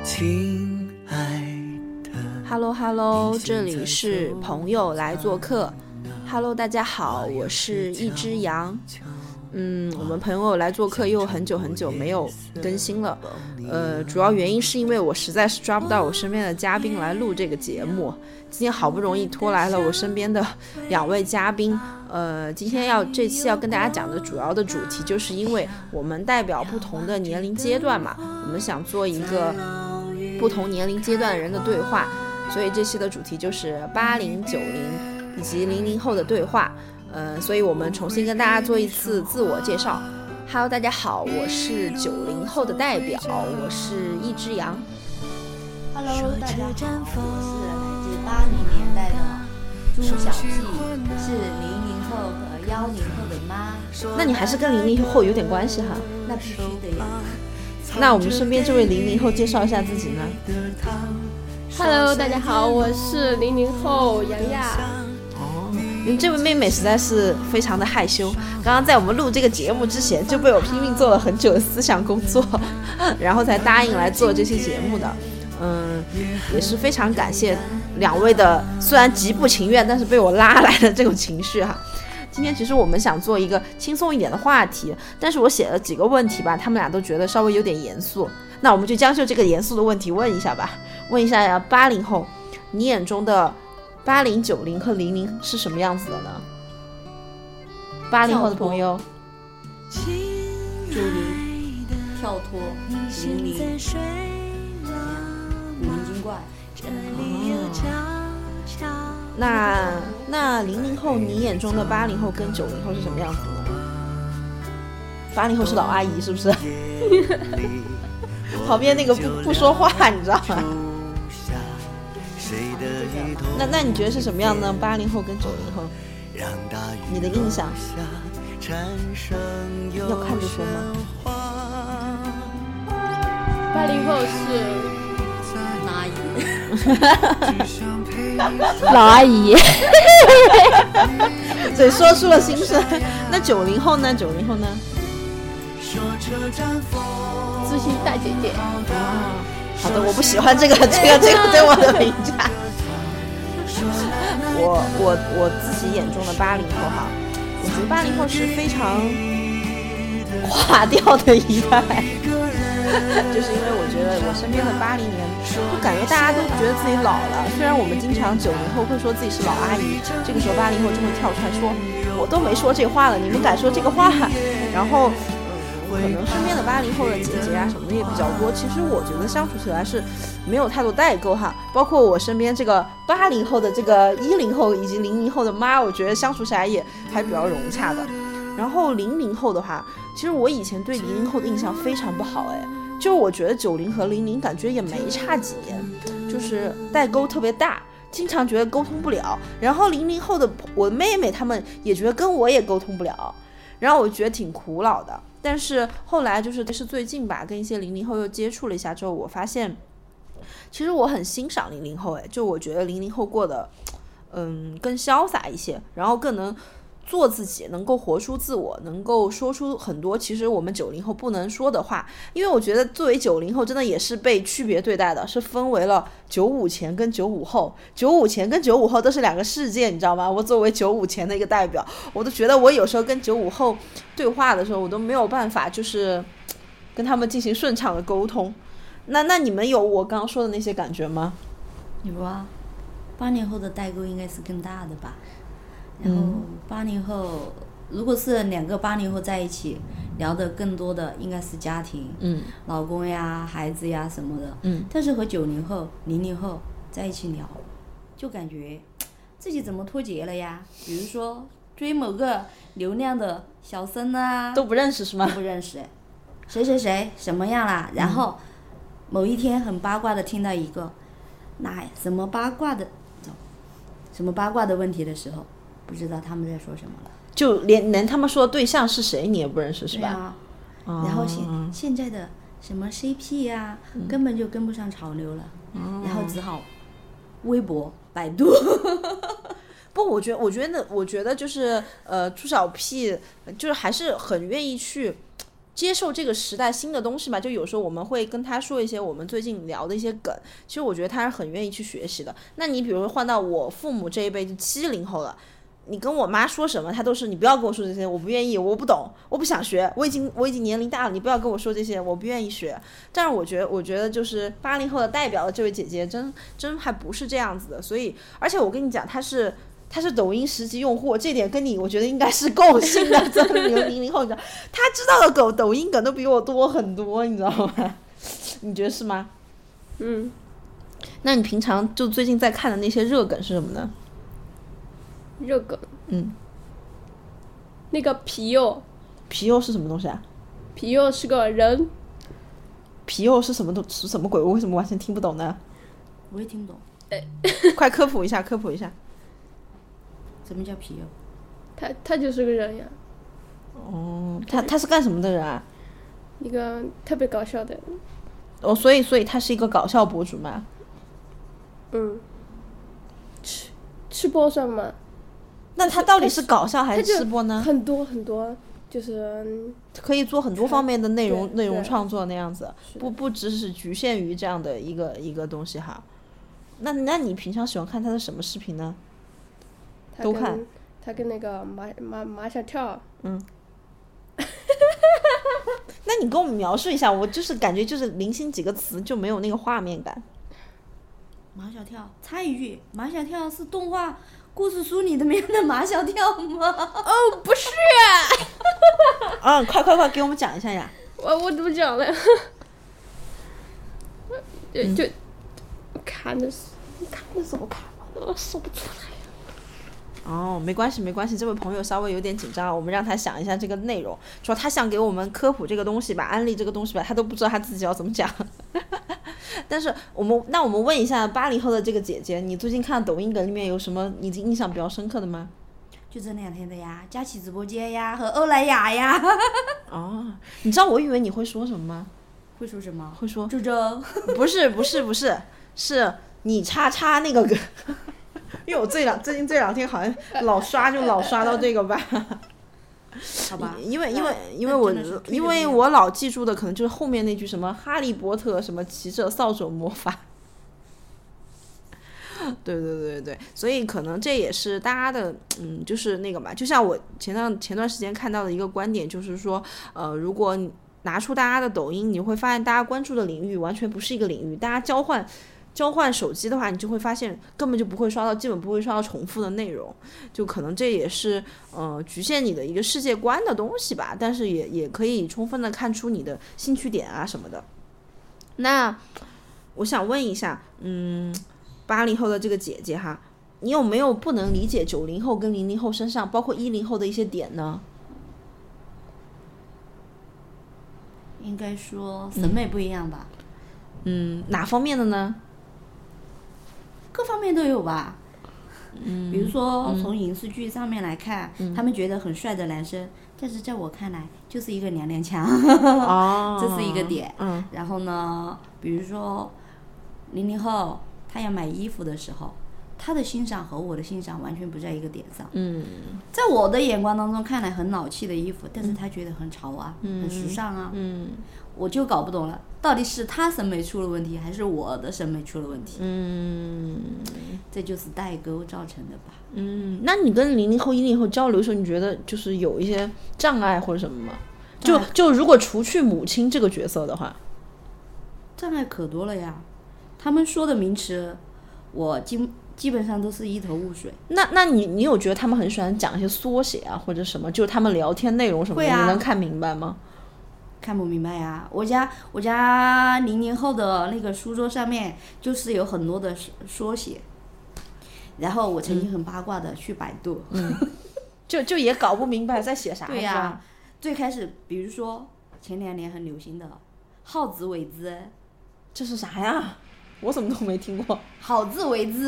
亲爱的 Hello， 这里是朋友来做客。Hello， 大家好，我是一只羊。我们朋友来做客又很久没有更新了。主要原因是因为我实在是抓不到我身边的嘉宾来录这个节目。今天好不容易拖来了我身边的2位嘉宾。今天这期要跟大家讲的主要的主题，就是因为我们代表不同的年龄阶段嘛，我们想做一个不同年龄阶段的人的对话，所以这期的主题就是80、90以及00后的对话。所以我们重新跟大家做一次自我介绍。Hello， 大家好，我是90后的代表，我是一只羊。 Hello， 大家好，我是来自80年代的朱小屁，是00后和10后的妈。 那你还是跟00后有点关系哈？ 那必须的呀。 那我们身边这位00后介绍一下自己呢？ Hello， 大家好，我是00后杨亚。 这位妹妹实在是非常的害羞，刚刚在我们录这个节目之前就被我拼命做了很久的思想工作，然后才答应来做这期节目的。也是非常感谢2位的虽然极不情愿但是被我拉来的这种情绪哈。今天其实我们想做一个轻松一点的话题，但是我写了几个问题吧，他们俩都觉得稍微有点严肃，那我们就将就这个严肃的问题问一下吧。问一下80后，你眼中的80、90和00是什么样子的呢？80后的朋友 ，90跳脱，00古灵精怪。 那00后你眼中的80后跟90后是什么样子呢？80后是老阿姨是不是？旁边那个不说话你知道吗？那你觉得是什么样呢？80后跟90后你的印象要看着说吗 ？80后是老阿姨嘴说出了心声。那90后呢？90后呢？ 知心大姐姐。 好的，我不喜欢这个对我的评价。我自己眼中的80后哈，我觉得80后是非常垮掉的一代，就是因为我觉得我身边的80年，就感觉大家都觉得自己老了。虽然我们经常90后会说自己是老阿姨，这个时候80后就会跳出来说，我都没说这话了，你们敢说这个话？然后可能身边的80后的姐姐啊什么的也比较多，其实我觉得相处起来是没有太多代沟哈。包括我身边这个80后的这个10后以及00后的妈，我觉得相处起来也还比较融洽的。然后00后的话，其实我以前对00后的印象非常不好就我觉得90和00感觉也没差几年，就是代沟特别大，经常觉得沟通不了。然后00后的我的妹妹她们也觉得跟我也沟通不了，然后我觉得挺苦恼的。但是后来就是最近吧，跟一些00后又接触了一下之后，我发现其实我很欣赏00后就我觉得00后过得更潇洒一些，然后更能做自己，能够活出自我，能够说出很多其实我们90后不能说的话。因为我觉得作为90后真的也是被区别对待的，是分为了95前跟95后，95前跟95后都是2个世界，你知道吗？我作为95前的一个代表，我都觉得我有时候跟95后对话的时候，我都没有办法就是跟他们进行顺畅的沟通。那你们有我刚刚说的那些感觉吗？ 有啊，80后的代沟应该是更大的吧。然后80后如果是2个80后在一起聊的更多的应该是家庭，老公呀孩子呀什么的，但是和90后00后在一起聊，就感觉自己怎么脱节了呀？比如说追某个流量的小生啊， 都不认识是吗？ 都不认识，谁谁谁什么样啦？然后某一天很八卦的听到一个什么八卦的问题的时候，不知道他们在说什么了， 就连他们说的对象是谁你也不认识是吧？ 然后现在的什么 CP 呀，根本就跟不上潮流了，然后只好微博、百度。 不，我觉得就是朱小屁就是还是很愿意去接受这个时代新的东西嘛，就有时候我们会跟他说一些我们最近聊的一些梗，其实我觉得他是很愿意去学习的。那你比如说换到我父母这一辈，就70后了，你跟我妈说什么，她都是你不要跟我说这些，我不愿意，我不懂，我不想学，我已经年龄大了，你不要跟我说这些，我不愿意学。但是我觉得就是80后的代表的这位姐姐真还不是这样子的，所以而且我跟你讲，她是抖音10级用户，这点跟你我觉得应该是共性的。这00后，你知道，他知道的抖音梗都比我多很多，你知道吗？你觉得是吗？那你平常就最近在看的那些热梗是什么呢？ 热梗，那个皮佑是什么东西啊？ 皮佑是个人。 皮佑是什么鬼？我为什么完全听不懂呢？ 我也听不懂。 快科普一下。 什么叫皮佑？ 他就是个人呀。 他是干什么的人啊？ 一个特别搞笑的。 所以他是一个搞笑博主吗？ 吃播算吗？ 那他到底是搞笑还是吃播呢？ 很多很多，就是可以做很多方面的内容创作那样子，不只是局限于这样的一个东西哈。那你平常喜欢看他的什么视频呢？都看。 他跟那个马小跳。 那你跟我们描述一下，我就是感觉就是零星几个词就没有那个画面感。 马小跳，插一句，马小跳是动画故事书里面的马小跳吗？ 不是。 快给我们讲一下呀。 我怎么讲了？就看的时候看，我说不出来。 没关系，这位朋友稍微有点紧张，我们让他想一下这个内容，说他想给我们科普这个东西吧，安利这个东西吧，他都不知道他自己要怎么讲。但是我们问一下80后的这个姐姐，你最近看抖音梗里面有什么你印象比较深刻的吗？ 就这2天的呀，佳琪直播间呀和欧莱雅呀。 你知道我以为你会说什么吗？ 会说什么？ 会说周周。 不是，是你叉叉那个梗。因为我最近这2天好像老刷到这个吧。 好吧。 因为我老记住的可能就是后面那句什么哈利波特什么骑着扫帚魔法。对，所以可能这也是大家的就是那个嘛，就像我前段时间看到的一个观点，就是说如果拿出大家的抖音，你会发现大家关注的领域完全不是一个领域，大家交换手机的话，你就会发现根本就不会刷到，基本不会刷到重复的内容，就可能这也是局限你的一个世界观的东西吧，但是也可以充分的看出你的兴趣点啊什么的。那我想问一下80后的这个姐姐哈，你有没有不能理解90后跟00后身上包括10后的一些点呢？ 应该说审美不一样吧。 哪方面的呢？ 各方面都有吧。比如说从影视剧上面来看，他们觉得很帅的男生，但是在我看来就是一个娘娘腔。这是一个点。然后呢，比如说00后他要买衣服的时候，他的欣赏和我的欣赏完全不在一个点上。在我的眼光当中看来很老气的衣服，但是他觉得很潮啊，很时尚啊。我就搞不懂了，到底是他审美出了问题，还是我的审美出了问题？这就是代沟造成的吧。 那你跟00后、10后交流的时候，你觉得就是有一些障碍或者什么吗？就如果除去母亲这个角色的话， 障碍可多了呀。他们说的名词，我基本上都是一头雾水。那你有觉得他们很喜欢讲一些缩写啊，或者什么，就是他们聊天内容什么的，你能看明白吗？ 看不明白呀。我家00后的那个书桌上面就是有很多的缩写，然后我曾经很八卦的去百度， 就也搞不明白在写啥。 对呀，最开始比如说前2年很流行的好自为之， 这是啥呀？我怎么都没听过。 好自为之。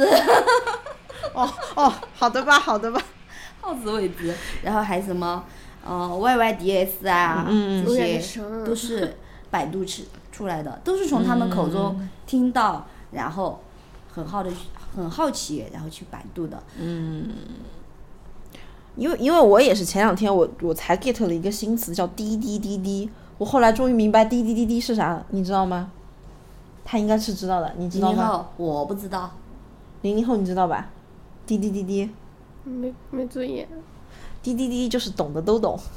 好的吧。 好自为之，然后还什么YYDS 啊，这些都是百度出来的，都是从他们口中听到，然后很好奇，然后去百度的。因为我也是前2天我才 get 了一个新词叫滴滴滴滴， 我后来终于明白滴滴滴滴是啥了，你知道吗？他应该是知道的，你知道吗？00 后我不知道。 00后你知道吧？滴滴滴滴。 没注意。 滴滴滴就是懂的都懂。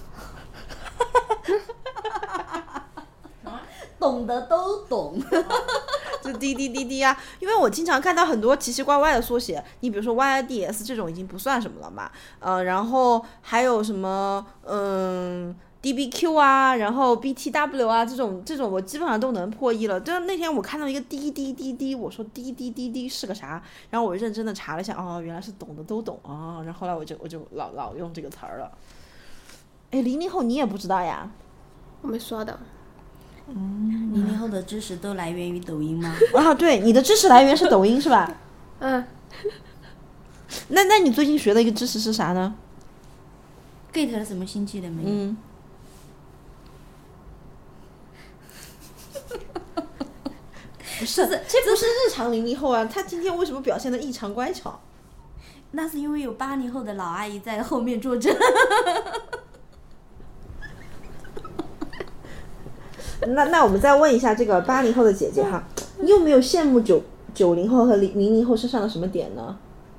懂的都懂。 就滴滴滴滴啊，因为我经常看到很多奇奇怪怪的缩写，你比如说 YIDS 这种已经不算什么了嘛，然后还有什么DBQ 啊，然后 BTW 啊，这种我基本上都能破译了。但那天我看到一个滴滴滴滴，我说滴滴滴滴是个啥？然后我认真的查了一下，哦，原来是懂的都懂啊。然后后来我就老用这个词儿了。哎，00后你也不知道呀？ 我没刷到。 00后的知识都来源于抖音吗？ 啊，对，你的知识来源是抖音是吧？ 嗯。 那你最近学的一个知识是啥呢 ？get 了什么新技能没有？ 不是，这不是日常00后啊，他今天为什么表现得异常乖巧？ 那是因为有80后的老阿姨在后面坐镇。 那我们再问一下这个80后的姐姐哈，你有没有羡慕90后和00后身上的什么点呢？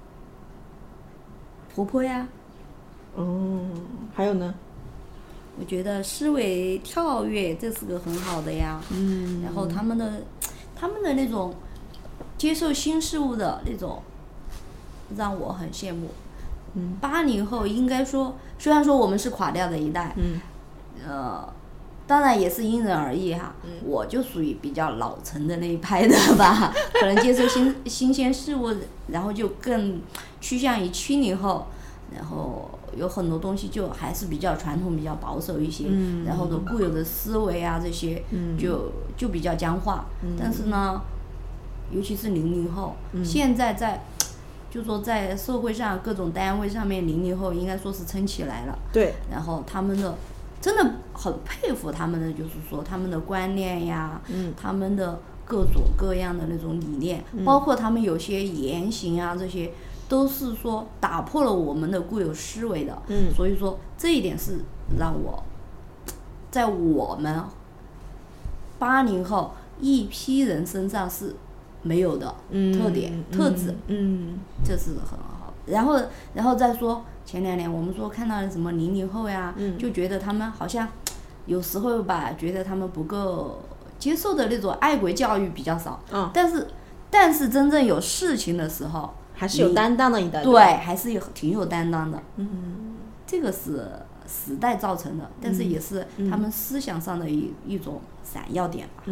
活泼呀。 还有呢？ 我觉得思维跳跃，这是个很好的呀。然后他们的那种接受新事物的那种，让我很羡慕。80后应该说，虽然说我们是垮掉的一代，当然也是因人而异哈。我就属于比较老成的那一派的吧，可能接受新鲜事物，然后就更趋向于70后，然后有很多东西就还是比较传统、比较保守一些，然后的固有的思维啊这些就比较僵化。但是呢，尤其是00后，现在就说在社会上各种单位上面，00后应该说是撑起来了。 对。 然后他们的真的很佩服他们的，就是说他们的观念呀，他们的各种各样的那种理念，包括他们有些言行啊，这些都是说打破了我们的固有思维的。所以说这一点是让我在我们80后一批人身上是没有的特点、特质。这是很好。然后再说前2年我们说看到什么00后呀，就觉得他们好像有时候吧，觉得他们不够接受的那种爱国教育比较少。但是真正有事情的时候， 还是有担当的一代。 对，还是挺有担当的。这个是时代造成的，但是也是他们思想上的一种闪耀点吧。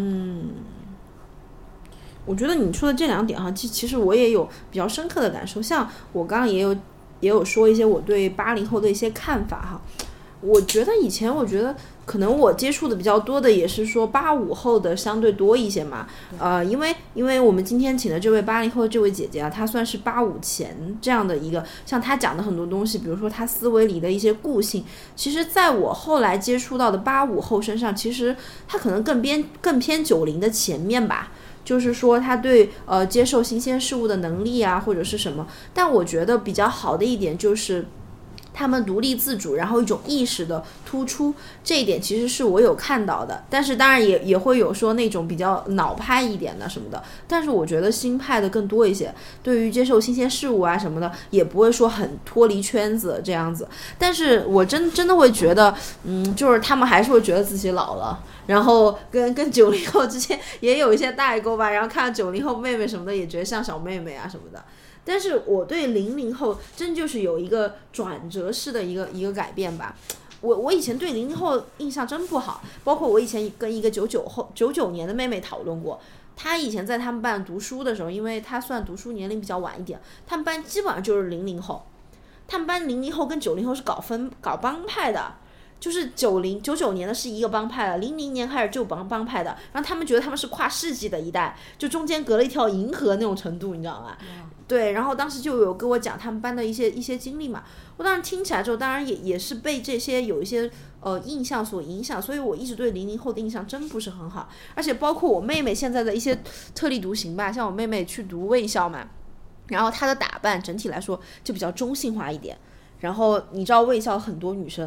我觉得你说的这2点哈，其实我也有比较深刻的感受。像我刚刚也有说一些我对80后的一些看法哈。我觉得以前可能我接触的比较多的也是说85后的相对多一些嘛。因为我们今天请的这位80后的这位姐姐啊，她算是85前这样的一个，像她讲的很多东西，比如说她思维里的一些固性，其实在我后来接触到的85后身上，其实她可能更偏90的前面吧。就是说他对接受新鲜事物的能力啊，或者是什么，但我觉得比较好的一点就是他们独立自主，然后一种意识的突出，这一点其实是我有看到的。但是当然也会有说那种比较脑派一点的什么的，但是我觉得新派的更多一些，对于接受新鲜事物啊什么的也不会说很脱离圈子这样子。但是我真的会觉得就是他们还是会觉得自己老了，然后跟90后之间也有一些代沟吧，然后看到90后妹妹什么的也觉得像小妹妹啊什么的。但是我对00后真就是有一个转折式的一个改变吧。我以前对00后印象真不好，包括我以前跟一个99年的妹妹讨论过，她以前在他们班读书的时候，因为她算读书年龄比较晚一点，他们班基本上就是00后，他们班00后跟90后是搞帮派的。就是99年的是一个帮派了，00年开始就帮派的，然后他们觉得他们是跨世纪的一代，就中间隔了一条银河那种程度，你知道吗？对，然后当时就有跟我讲他们班的一些经历嘛，我当时听起来之后，当然也是被这些有一些印象所影响，所以我一直对00后的印象真不是很好，而且包括我妹妹现在的一些特立独行吧，像我妹妹去读卫校嘛，然后她的打扮整体来说就比较中性化一点。然后你知道卫校很多女生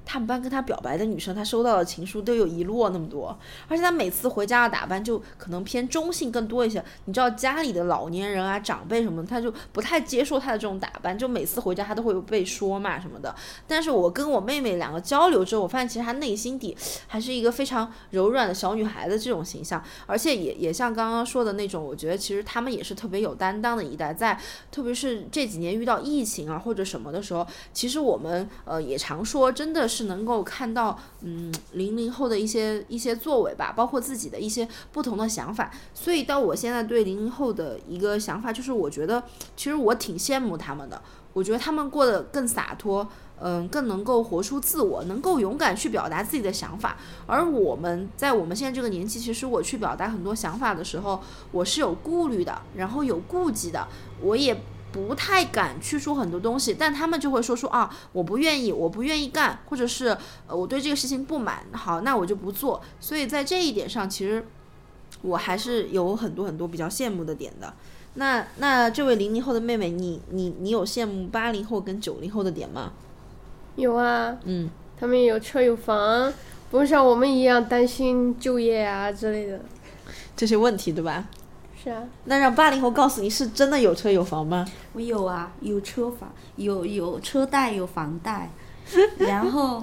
他们班跟他表白的女生，他收到的情书都有一摞那么多，而且他每次回家的打扮就可能偏中性更多一些。你知道家里的老年人啊、长辈什么的，他就不太接受他的这种打扮，就每次回家他都会有被说嘛什么的。但是我跟我妹妹两个交流之后，我发现其实她内心底还是一个非常柔软的小女孩的这种形象，而且也像刚刚说的那种，我觉得其实他们也是特别有担当的一代，在特别是这几年遇到疫情啊或者什么的时候，其实我们也常说，真的是能够看到00后的一些作为吧，包括自己的一些不同的想法。所以到我现在对00后的一个想法，就是我觉得其实我挺羡慕他们的，我觉得他们过得更洒脱，更能够活出自我，能够勇敢去表达自己的想法。而我们在我们现在这个年纪，其实我去表达很多想法的时候，我是有顾虑的，然后有顾忌的，我也不太敢去说很多东西，但他们就会说出啊，我不愿意干，或者是我对这个事情不满，好，那我就不做。所以在这一点上，其实我还是有很多很多比较羡慕的点的。那这位00后的妹妹，你有羡慕80后跟90后的点吗？ 有啊，他们有车有房，不用像我们一样担心就业啊之类的这些问题，对吧？ 是啊。 那让80后告诉你，是真的有车有房吗？ 我有啊，有车房，有车贷，有房贷，然后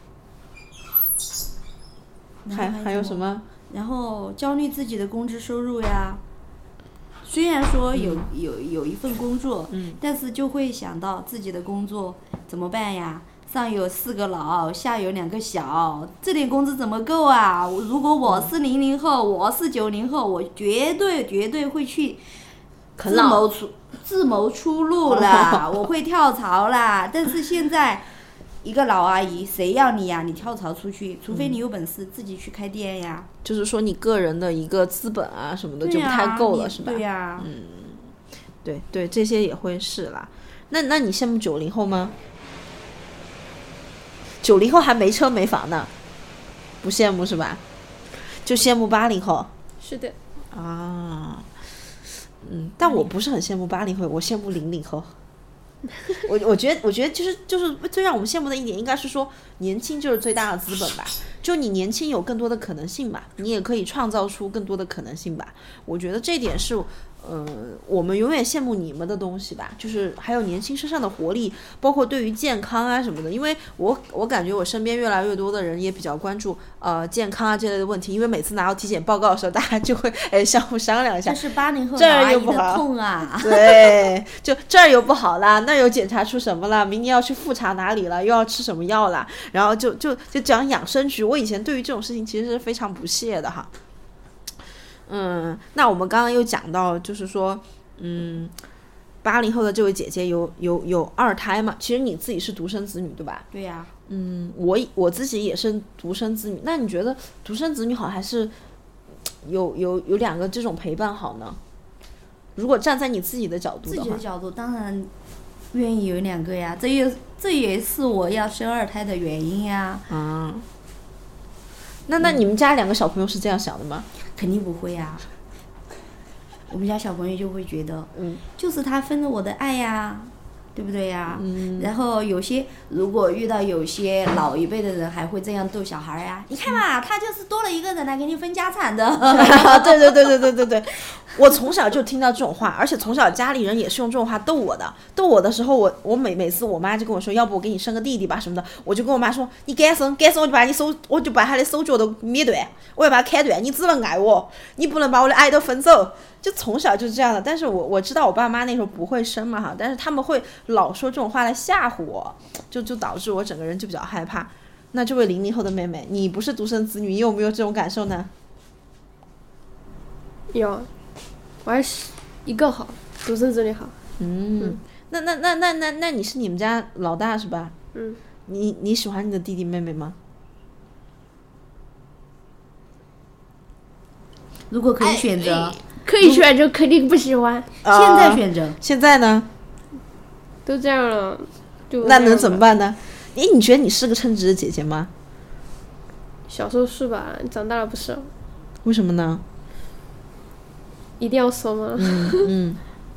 还有什么？ 然后焦虑自己的工资收入呀。虽然说有一份工作，但是就会想到自己的工作怎么办呀？上有4个老，下有2个小，这点工资怎么够啊？如果我是00后，我是90后，我绝对会去自谋出路啦，我会跳槽啦。但是现在一个老阿姨，谁要你呀？你跳槽出去，除非你有本事自己去开店呀。 就是说你个人的一个资本啊什么的就不太够了，是吧？ 对呀。 对，这些也会是啦。那你羡慕90后吗？90后还没车没房呢，不羡慕是吧？就羡慕80后。 是的。 啊，但我不是很羡慕80后，我羡慕00后。我觉得就是最让我们羡慕的一点，应该是说年轻就是最大的资本吧。就你年轻有更多的可能性吧，你也可以创造出更多的可能性吧。我觉得这点是我们永远羡慕你们的东西吧，就是还有年轻身上的活力，包括对于健康啊什么的。因为我感觉我身边越来越多的人也比较关注健康啊这类的问题，因为每次拿到体检报告的时候，大家就会相互商量一下， 这是80后这儿阿姨又不好的痛啊。 对，就这儿又不好啦，那又检查出什么了，明年要去复查哪里了，又要吃什么药了，然后就讲养生局。我以前对于这种事情其实是非常不屑的哈。那我们刚刚又讲到，就是说，80后的这位姐姐有2胎嘛？其实你自己是独生子女对吧？ 对呀。 我自己也是独生子女。那你觉得独生子女好还是有2个这种陪伴好呢？如果站在你自己的角度的话， 自己的角度当然愿意有2个呀，这也是我要生2胎的原因呀。 那你们家2个小朋友是这样想的吗？ 肯定不会呀。我们家小朋友就会觉得，就是他分了我的爱呀，对不对呀？然后如果遇到有些老一辈的人，还会这样逗小孩呀。你看嘛，他就是多了一个人来给你分家产的。 对，我从小就听到这种话，而且从小家里人也是用这种话逗我的。逗我的时候，我每次我妈就跟我说，要不我给你生个弟弟吧什么的，我就跟我妈说，你敢生我就把他的手脚都灭断，我要把他砍断，你只能爱我，你不能把我的爱都分走。就从小就是这样的。但是我知道我爸妈那时候不会生嘛哈，但是他们会老说这种话来吓唬我，就导致我整个人就比较害怕。那这位00后的妹妹，你不是独生子女，你有没有这种感受呢？ 有，我还是一个好，独生子女好。 那你是你们家老大是吧？你喜欢你的弟弟妹妹吗？ 如果可以选择， 可以选择，肯定不喜欢。 现在选择， 现在呢？ 都这样了， 那能怎么办呢？你觉得你是个称职的姐姐吗？ 小时候是吧？长大了不是。 为什么呢？ 一定要说吗？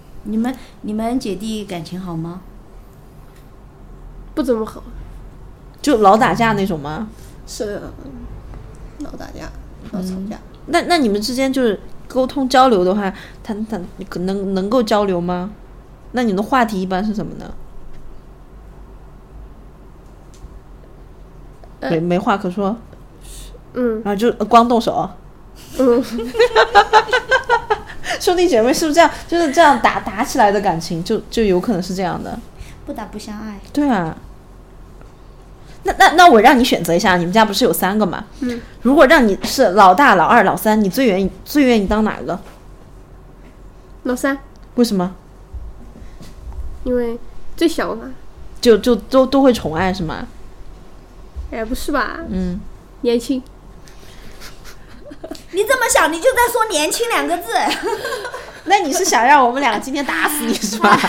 你们姐弟感情好吗？ 不怎么好。 就老打架那种吗？ 是老打架老吵架。 那你们之间就是沟通交流的话，他能够交流吗？那你们的话题一般是什么呢？没话可说，然后就光动手。兄弟姐妹是不是这样？就是这样打起来的感情，就有可能是这样的。 不打不相爱。 对啊。那我让你选择一下，你们家不是有3个吗？如果让你是老大、老二、老三，你最愿意当哪个？ 老三。 为什么？ 因为最小嘛。 就都会宠爱是吗？ 哎，不是吧？年轻。 你这么想，你就在说年轻2个字。 那你是想让我们俩今天打死你是吧？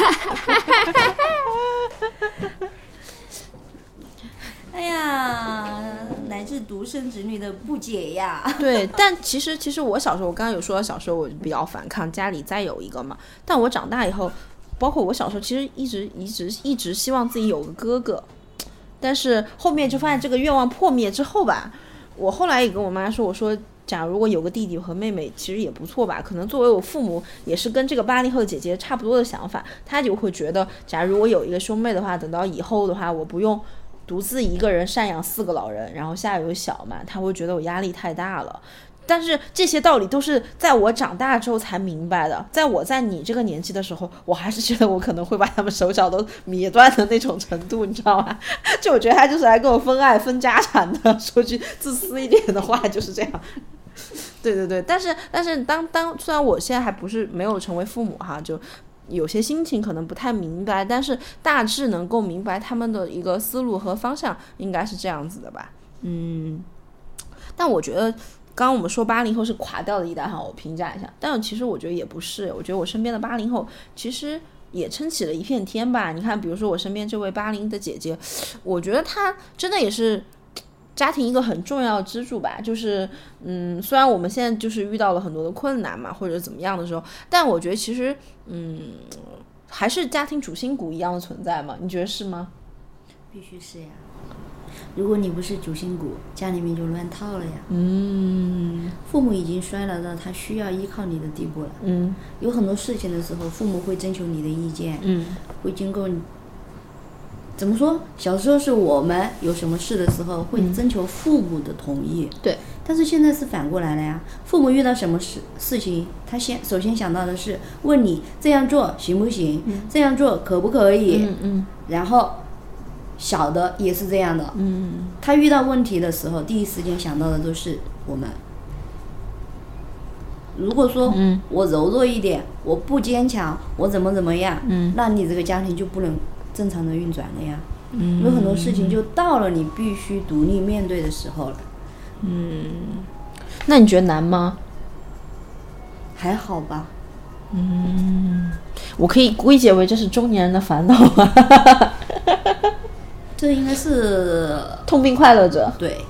哎呀，来自独生子女的不解呀。 对，但其实我小时候，我刚刚有说小时候我比较反抗家里再有一个嘛，但我长大以后，包括我小时候，其实一直希望自己有个哥哥，但是后面就发现这个愿望破灭之后吧，我后来也跟我妈说，我说假如我有个弟弟和妹妹，其实也不错吧。可能作为我父母也是跟这个80后姐姐差不多的想法，他就会觉得，假如我有一个兄妹的话，等到以后的话，我不用独自一个人赡养4个老人，然后下有小嘛，他会觉得我压力太大了。但是这些道理都是在我长大之后才明白的，在你这个年纪的时候，我还是觉得我可能会把他们手脚都灭断的那种程度，你知道吗？就我觉得他就是来跟我分爱分家产的，说句自私一点的话就是这样。对，但是虽然我现在还不是没有成为父母哈，就有些心情可能不太明白，但是大致能够明白他们的一个思路和方向应该是这样子的吧。但我觉得刚刚我们说80后是垮掉的一代哈，我评价一下，但其实我觉得也不是，我觉得我身边的80后其实也撑起了一片天吧。你看比如说我身边这位80的姐姐，我觉得她真的也是家庭一个很重要的支柱吧，就是虽然我们现在就是遇到了很多的困难嘛，或者怎么样的时候，但我觉得其实还是家庭主心骨一样的存在嘛，你觉得是吗？ 必须是呀，如果你不是主心骨，家里面就乱套了呀。父母已经衰老到他需要依靠你的地步了。有很多事情的时候，父母会征求你的意见，会经过你。怎么说？小时候是我们有什么事的时候会征求父母的同意， 对。 但是现在是反过来了呀，父母遇到什么事情，他首先想到的是问你这样做行不行，这样做可不可以，然后小的也是这样的，他遇到问题的时候，第一时间想到的都是我们。如果说我柔弱一点，我不坚强，我怎么样，那你这个家庭就不能正常的运转了呀。有很多事情就到了你必须独立面对的时候了。 那你觉得难吗？ 还好吧。 我可以归结为这是中年人的烦恼吗？ 这应该是痛并快乐着。 对。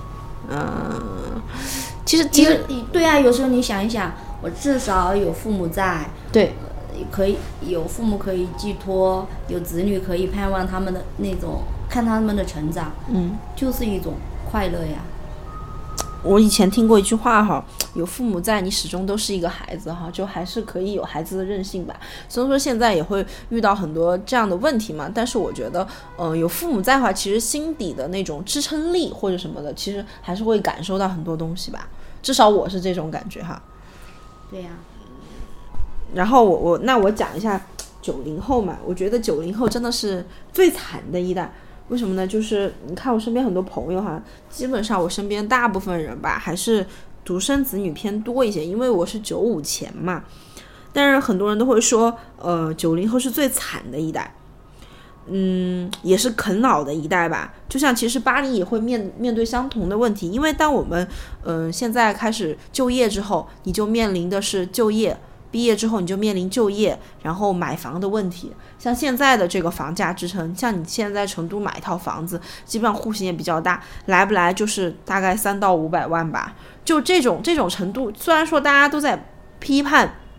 其实对啊，有时候你想一想，我至少有父母在， 对， 可以有父母可以寄托，有子女可以盼望他们的那种看他们的成长，就是一种快乐呀。 我以前听过一句话哈，有父母在，你始终都是一个孩子哈，就还是可以有孩子的任性吧。所以说现在也会遇到很多这样的问题嘛，但是我觉得有父母在的话，其实心底的那种支撑力或者什么的，其实还是会感受到很多东西吧，至少我是这种感觉哈。 对呀。 然后我讲一下90后嘛，我觉得90后真的是最惨的一代。为什么呢？就是你看我身边很多朋友哈，基本上我身边大部分人吧还是独生子女偏多一些，因为我是95前嘛。但是很多人都会说90后是最惨的一代，也是啃老的一代吧。就像其实80也会面对相同的问题，因为当我们现在开始就业之后，你就面临的是就业，毕业之后你就面临就业，然后买房的问题。像现在的这个房价支撑，像你现在在成都买一套房子，基本上户型也比较大，来不来就是大概3到500万吧。就这种程度，虽然说大家都在批判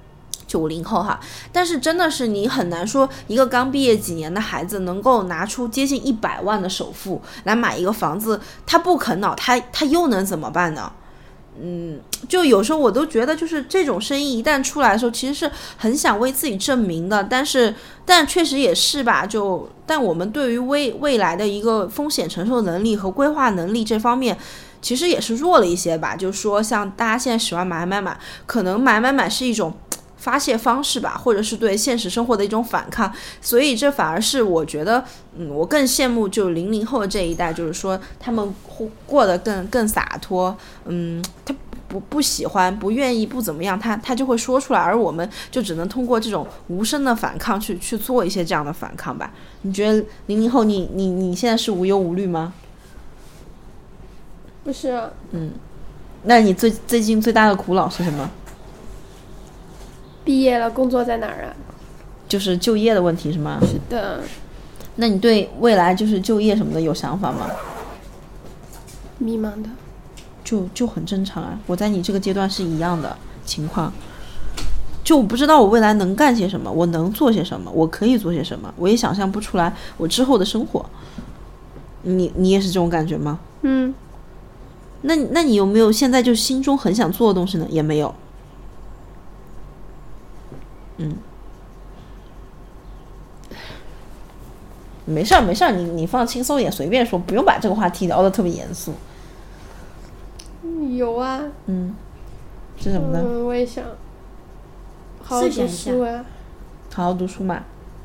90后哈，但是真的是你很难说一个刚毕业几年的孩子能够拿出接近100万的首付来买一个房子，他不啃老，他又能怎么办呢？就有时候我都觉得，就是这种声音一旦出来的时候，其实是很想为自己证明的，但确实也是吧，但我们对于未来的一个风险承受能力和规划能力这方面，其实也是弱了一些吧。就是说，像大家现在喜欢买，可能买是一种发泄方式吧，或者是对现实生活的一种反抗，所以这反而是我觉得，我更羡慕就00后这一代，就是说他们过得更洒脱，他不喜欢、不愿意、不怎么样，他就会说出来，而我们就只能通过这种无声的反抗去做一些这样的反抗吧。你觉得00后你现在是无忧无虑吗？ 不是啊。 那你最近最大的苦恼是什么？ 毕业了，工作在哪儿啊？ 就是就业的问题是吗？ 是的。 那你对未来就是就业什么的有想法吗？ 迷茫的。 就很正常啊，我在你这个阶段是一样的情况。就我不知道我未来能干些什么，我能做些什么，我可以做些什么，我也想象不出来我之后的生活。你也是这种感觉吗？那你有没有现在就心中很想做的东西呢？也没有。没事儿，你放轻松点，随便说，不用把这个话题聊得特别严肃。 有啊。 是什么呢？ 我也想好好读书啊。 好好读书嘛。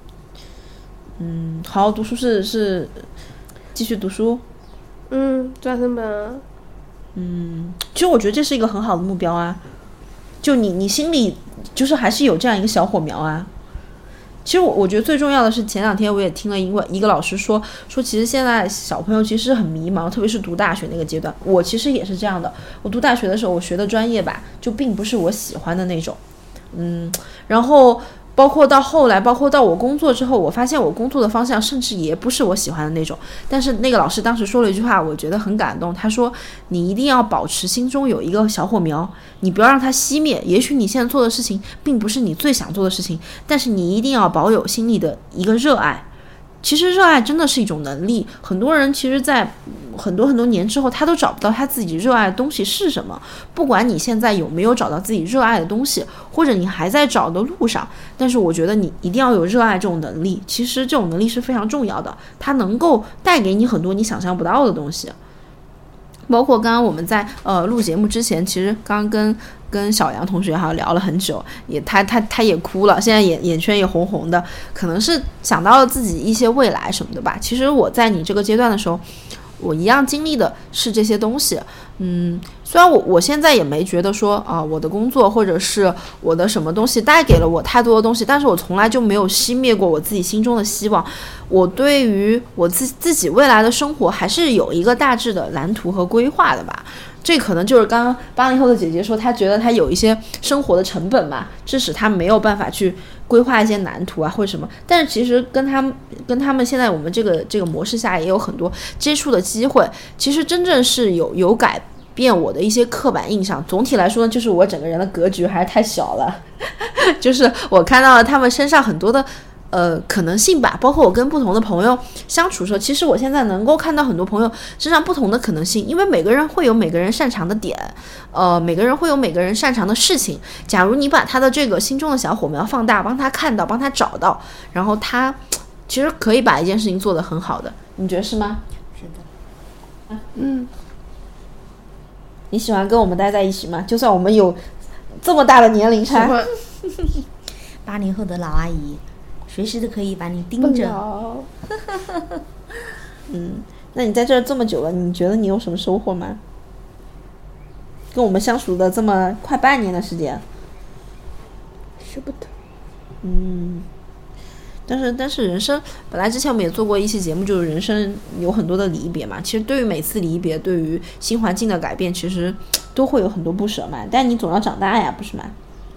好好读书是继续读书。 专升本啊。 其实我觉得这是一个很好的目标啊，就你心里就是还是有这样一个小火苗啊。其实我觉得最重要的是，前2天我也听了一个老师说，其实现在小朋友其实很迷茫，特别是读大学那个阶段。我其实也是这样的。我读大学的时候，我学的专业吧，就并不是我喜欢的那种。然后包括到后来，包括到我工作之后，我发现我工作的方向甚至也不是我喜欢的那种。但是那个老师当时说了一句话，我觉得很感动。他说：“你一定要保持心中有一个小火苗，你不要让它熄灭。也许你现在做的事情并不是你最想做的事情，但是你一定要保有心里的一个热爱。”其实热爱真的是一种能力，很多人其实在很多年之后，他都找不到他自己热爱的东西是什么。不管你现在有没有找到自己热爱的东西，或者你还在找的路上，但是我觉得你一定要有热爱这种能力。其实这种能力是非常重要的，它能够带给你很多你想象不到的东西。包括刚刚我们在录节目之前，其实刚跟小杨同学还聊了很久，他也哭了，现在眼圈也红红的，可能是想到了自己一些未来什么的吧。其实我在你这个阶段的时候，我一样经历的是这些东西。虽然我现在也没觉得说我的工作或者是我的什么东西带给了我太多的东西，但是我从来就没有熄灭过我自己心中的希望。我对于我自己未来的生活还是有一个大致的蓝图和规划的吧。这可能就是刚刚80后的姐姐说，她觉得她有一些生活的成本嘛，致使她没有办法去规划一些蓝图啊或者什么。但是其实跟他们现在我们这个模式下也有很多接触的机会，其实真正是有改变我的一些刻板印象。总体来说呢，就是我整个人的格局还是太小了就是我看到了他们身上很多的可能性吧，包括我跟不同的朋友相处的时候，其实我现在能够看到很多朋友身上不同的可能性，因为每个人会有每个人擅长的点，每个人会有每个人擅长的事情。假如你把他的这个心中的小火苗放大，帮他看到，帮他找到，然后他其实可以把一件事情做得很好的。你觉得是吗？ 是的。 你喜欢跟我们待在一起吗？就算我们有这么大的年龄差。 80后的老阿姨随时都可以把你盯着。 那你在这儿这么久了，你觉得你有什么收获吗？跟我们相处的这么快半年的时间， 舍不得。 但是人生本来之前我们也做过一期节目，就是人生有很多的离别嘛。其实对于每次离别，对于新环境的改变，其实都会有很多不舍嘛。但你总要长大呀，不是吗？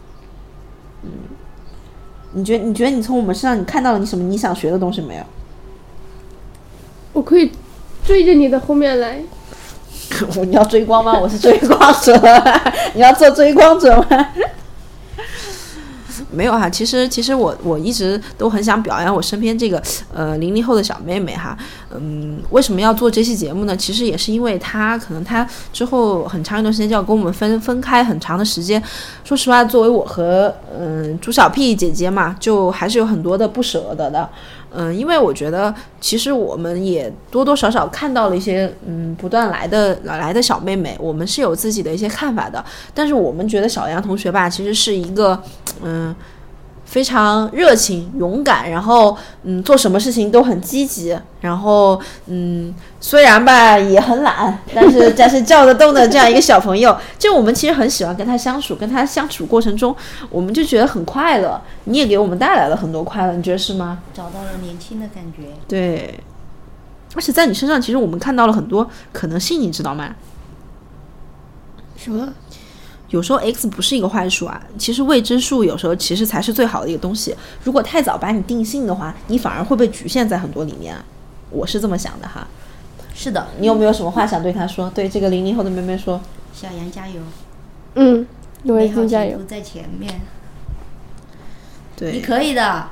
你觉得你从我们身上你看到了你什么你想学的东西没有？ 我可以追着你的后面来。 你要追光吗？我是追光者你要做追光者吗？ 没有哈，其实我一直都很想表扬我身边这个00后的小妹妹哈，为什么要做这期节目呢？其实也是因为她可能她之后很长一段时间就要跟我们分开很长的时间。说实话，作为我和朱小屁姐姐嘛，就还是有很多的不舍得的。因为我觉得其实我们也多多少少看到了一些不断来的小妹妹，我们是有自己的一些看法的。但是我们觉得小杨同学吧，其实是一个非常热情勇敢，然后做什么事情都很积极，然后虽然吧也很懒，但是叫得动的这样一个小朋友，就我们其实很喜欢跟他相处，跟他相处过程中我们就觉得很快乐，你也给我们带来了很多快乐，你觉得是吗？ 找到了年轻的感觉。 对，而且在你身上其实我们看到了很多可能性，你知道吗？ 什么？ 有时候 X 不是一个坏数啊，其实未知数有时候其实才是最好的一个东西。如果太早把你定性的话，你反而会被局限在很多里面。我是这么想的哈。 是的， 你有没有什么话想对他说？对这个00后的妹妹说？ 小杨加油！ 我一定加油！ 美好前途在前面。 对， 你可以的。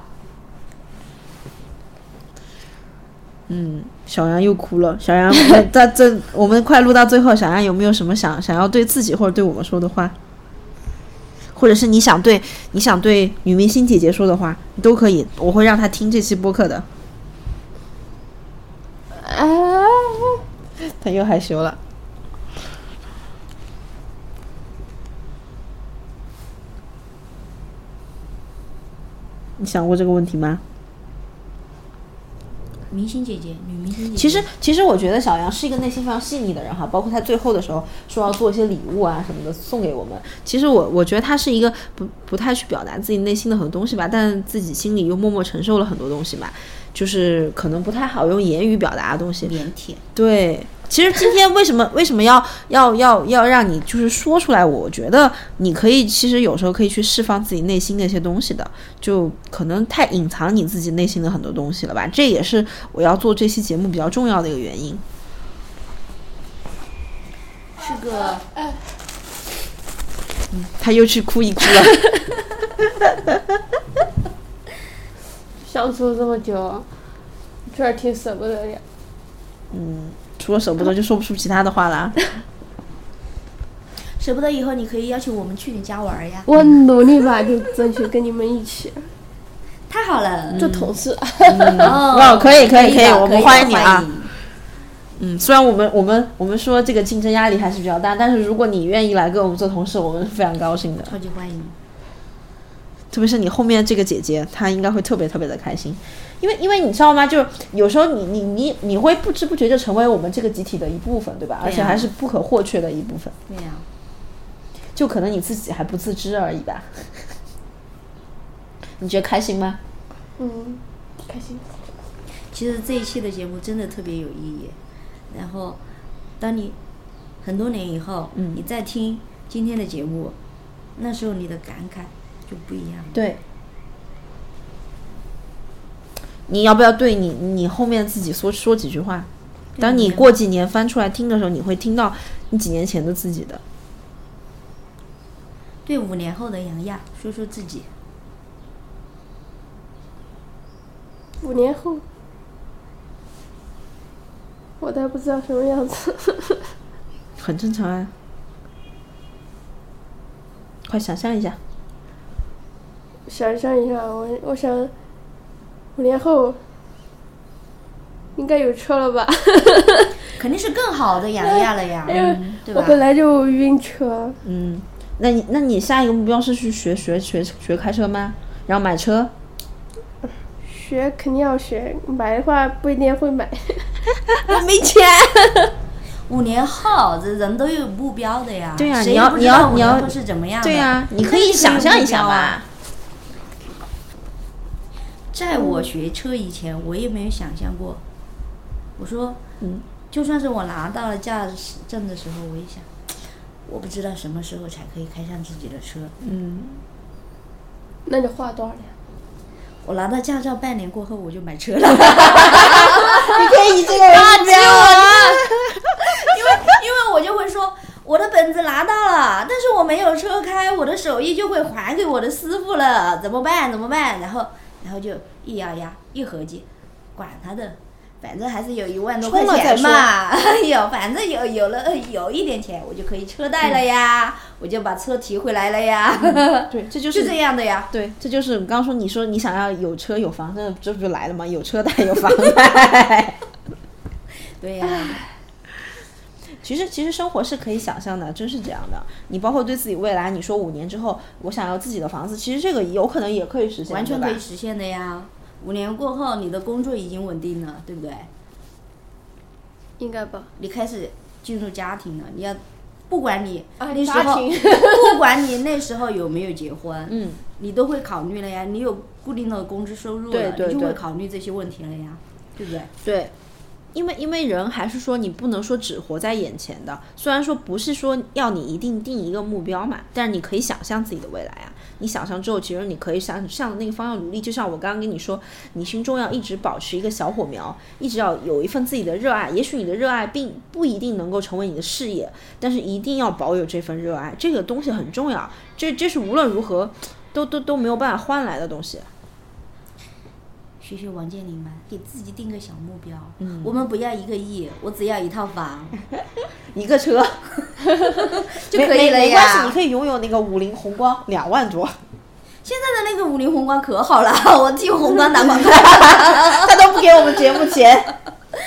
小杨又哭了。小杨，我们快录到最后，小杨有没有什么想要对自己或者对我们说的话？或者是你想对女明星姐姐说的话，你都可以，我会让她听这期播客的。她又害羞了。你想过这个问题吗？ 明星姐姐，女明星姐姐。 其实我觉得小杨是一个内心非常细腻的人哈，包括他最后的时候说要做一些礼物啊什么的送给我们。其实我觉得他是一个不太去表达自己内心的很多东西吧，但自己心里又默默承受了很多东西吧，就是可能不太好用言语表达的东西。 腼腆。 对，其实今天为什么要让你就是说出来？我觉得你可以，其实有时候可以去释放自己内心的一些东西的，就可能太隐藏你自己内心的很多东西了吧。这也是我要做这期节目比较重要的一个原因。 是个， 他又去哭一哭了。 相处这么久，这儿挺舍不得的。 除了舍不得就说不出其他的话啦。 舍不得以后你可以邀请我们去你家玩呀。 我努力吧，就争取跟你们一起。 太好了， 做同事。 可以，我们欢迎你啊。 迎虽然我们说这个竞争压力还是比较大，但是如果你愿意来跟我们做同事，我们是非常高兴的。 超级欢迎。 特别是你后面这个姐姐，她应该会特别特别的开心，因为你知道吗？就是有时候你会不知不觉就成为我们这个集体的一部分，对吧？而且还是不可或缺的一部分。 对呀。 就可能你自己还不自知而已吧。你觉得开心吗？ 开心。 其实这一期的节目真的特别有意义。然后，当你很多年以后，你再听今天的节目，那时候你的感慨就不一样了。 对。你要不要对你后面自己说几句话？当你过几年翻出来听的时候，你会听到你几年前的自己的。 对5年后的杨亚说说自己。 5年后，我都还不知道什么样子。 很正常啊，快想象一下。 想象一下，我想5年后应该有车了吧？ 肯定是更好的杨亚了呀，对吧？ 我本来就晕车。 那你下一个目标是去学开车吗？然后买车？ 学肯定要学，买的话不一定会买。 我没钱。5年后，这人都有目标的呀。 对呀， 谁也不知道5年后是怎么样的。 对呀，你可以想象一下嘛。 在我学车以前，我也没有想象过。我说，就算是我拿到了驾驶证的时候，我也想，我不知道什么时候才可以开上自己的车。 那你花多少年？ 我拿到驾照半年过后，我就买车了。 你可以以这个为目标啊。 因为我就会说， 我的本子拿到了，但是我没有车开，我的手艺就会还给我的师傅了，怎么办？然后就一咬牙一合计，管他的，反正还是有1万多块钱嘛，反正有一点钱，我就可以车贷了呀，我就把车提回来了呀。 对，这就是这样的呀。 对，这就是刚刚说你说你想要有车有房，这不就来了吗？有车贷有房贷。 对呀。 其实生活是可以想象的，真是这样的。你包括对自己未来，你说5年之后我想要自己的房子，其实这个有可能也可以实现， 完全可以实现的呀。5年过后，你的工作已经稳定了，对不对？ 应该吧。 你开始进入家庭了，你要不管你那时候， 不管你那时候有没有结婚，你都会考虑了呀。你有固定的工资收入了， 对， 你就会考虑这些问题了呀，对不对？ 对。因为人还是说你不能说只活在眼前的，虽然说不是说要你一定定一个目标嘛，但是你可以想象自己的未来啊。你想象之后，其实你可以向那个方向努力。就像我刚刚跟你说，你心中要一直保持一个小火苗，一直要有一份自己的热爱。也许你的热爱并不一定能够成为你的事业，但是一定要保有这份热爱，这个东西很重要。这是无论如何都没有办法换来的东西。 学王健林吧，给自己定个小目标。我们不要1个亿，我只要1套房 ，1个车就可以了呀。 没关系，你可以拥有那个50宏光2万多。 现在的那个50宏光可好了，我替宏光打广告， 他都不给我们节目钱，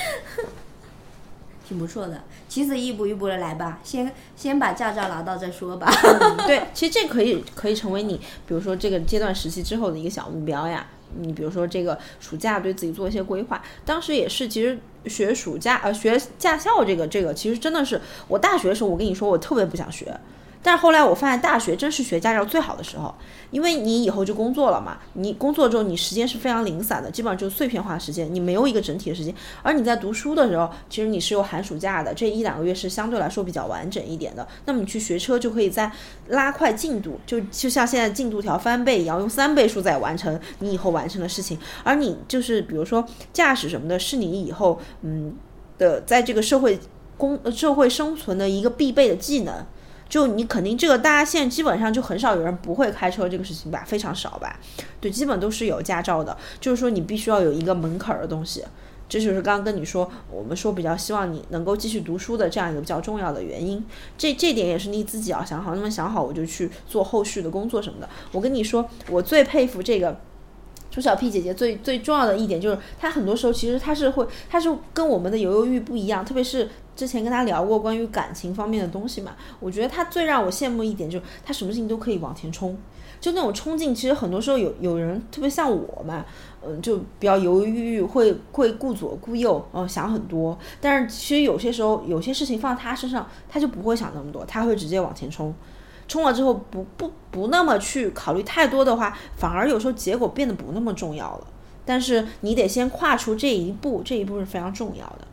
挺不错的。其实一步一步的来吧，先把驾照拿到再说吧。 对，其实这可以成为你，比如说这个阶段时期之后的一个小目标呀。你比如说这个暑假对自己做一些规划，当时也是，其实学学驾校这个其实真的是我大学的时候，我跟你说我特别不想学，但是后来我发现大学真是学驾照最好的时候，因为你以后就工作了嘛，你工作之后你时间是非常零散的，基本上就是碎片化时间，你没有一个整体的时间。而你在读书的时候，其实你是有寒暑假的，这1-2个月是相对来说比较完整一点的。那么你去学车就可以再拉快进度，就像现在进度条翻倍一样，用3倍数在完成你以后完成的事情。而你就是比如说驾驶什么的，是你以后在这个社会生存的一个必备的技能。就你肯定这个大家现在基本上就很少有人不会开车这个事情吧，非常少吧，对，基本都是有驾照的。就是说你必须要有一个门槛的东西，这就是刚刚跟你说我们说比较希望你能够继续读书的这样一个比较重要的原因。这点也是你自己要想好，那么想好我就去做后续的工作什么的。我跟你说，我最佩服这个朱小 P 姐姐最重要的一点就是，她很多时候其实她是跟我们的犹犹豫不一样，特别是之前跟她聊过关于感情方面的东西嘛，我觉得她最让我羡慕一点就是她什么事情都可以往前冲，就那种冲劲。其实很多时候有人特别像我嘛，就比较犹犹豫豫，会顾左顾右，想很多。但是其实有些时候有些事情放在她身上，她就不会想那么多，她会直接往前冲。冲了之后不那么去考虑太多的话，反而有时候结果变得不那么重要了。但是你得先跨出这一步是非常重要的。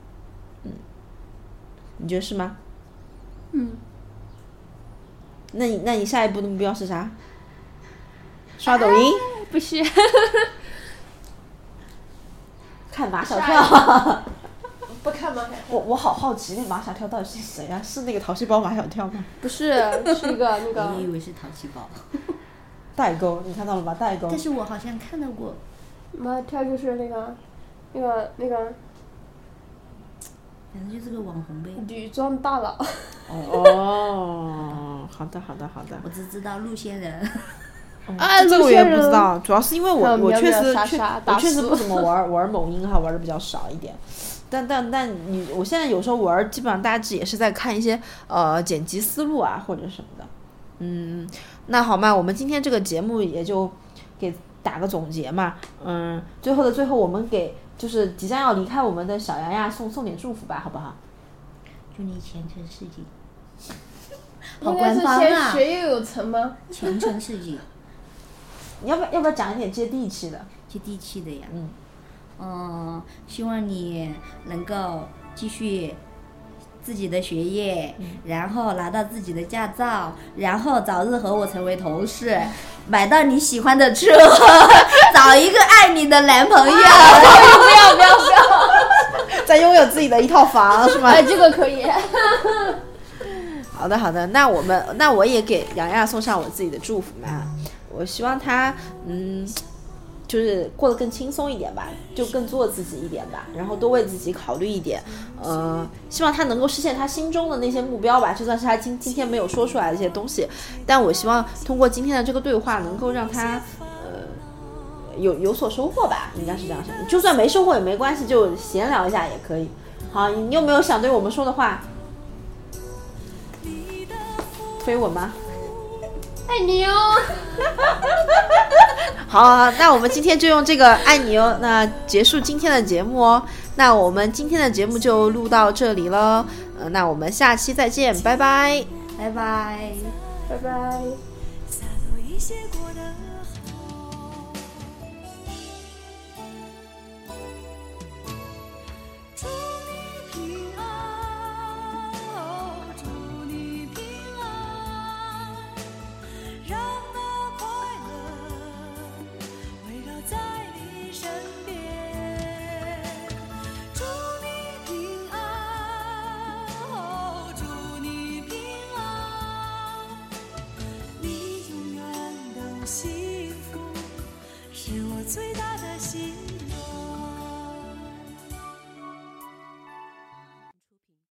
你觉得是吗？那你下一步的目标是啥？刷抖音？ 不是。 看马小跳。 不看马小跳。 我好好奇，那马小跳到底是谁啊？是那个淘气包马小跳吗？ 不是，是一个那个。 我以为是淘气包。 代沟，你看到了吧？代沟。 但是我好像看到过。 马小跳就是那个。 反正就是个网红呗。 女装大佬。 好的。 我只知道路线人。 这个我也不知道，主要是因为我确实不怎么玩某音哈，玩的比较少一点。但我现在有时候玩，基本上大致也是在看一些剪辑思路啊或者什么的。那好嘛，我们今天这个节目也就给打个总结嘛。最后的最后，我们给就是即将要离开我们的小丫丫送点祝福吧，好不好？ 祝你前程似锦。 好官方啊！应该是先学业有成吗？ 前程似锦。 你要不要讲一点接地气的？ 接地气的呀。希望你能够继续自己的学业，然后拿到自己的驾照，然后早日和我成为同事，买到你喜欢的车，找一个爱你的男朋友。不要！ 再拥有自己的一套房是吗？ 这个可以。 好的，那我也给洋洋送上我自己的祝福嘛。我希望他就是过得更轻松一点吧，就更做自己一点吧，然后多为自己考虑一点。希望他能够实现他心中的那些目标吧，就算是他今天没有说出来的一些东西，但我希望通过今天的这个对话，能够让他有所收获吧，应该是这样想。就算没收获也没关系，就闲聊一下也可以。好，你有没有想对我们说的话？飞吻吗？ 爱你哦。 好，那我们今天就用这个爱你哦，那结束今天的节目哦。那我们今天的节目就录到这里了，那我们下期再见，拜拜， 拜拜， 拜拜。 幸福是我最大的心愿。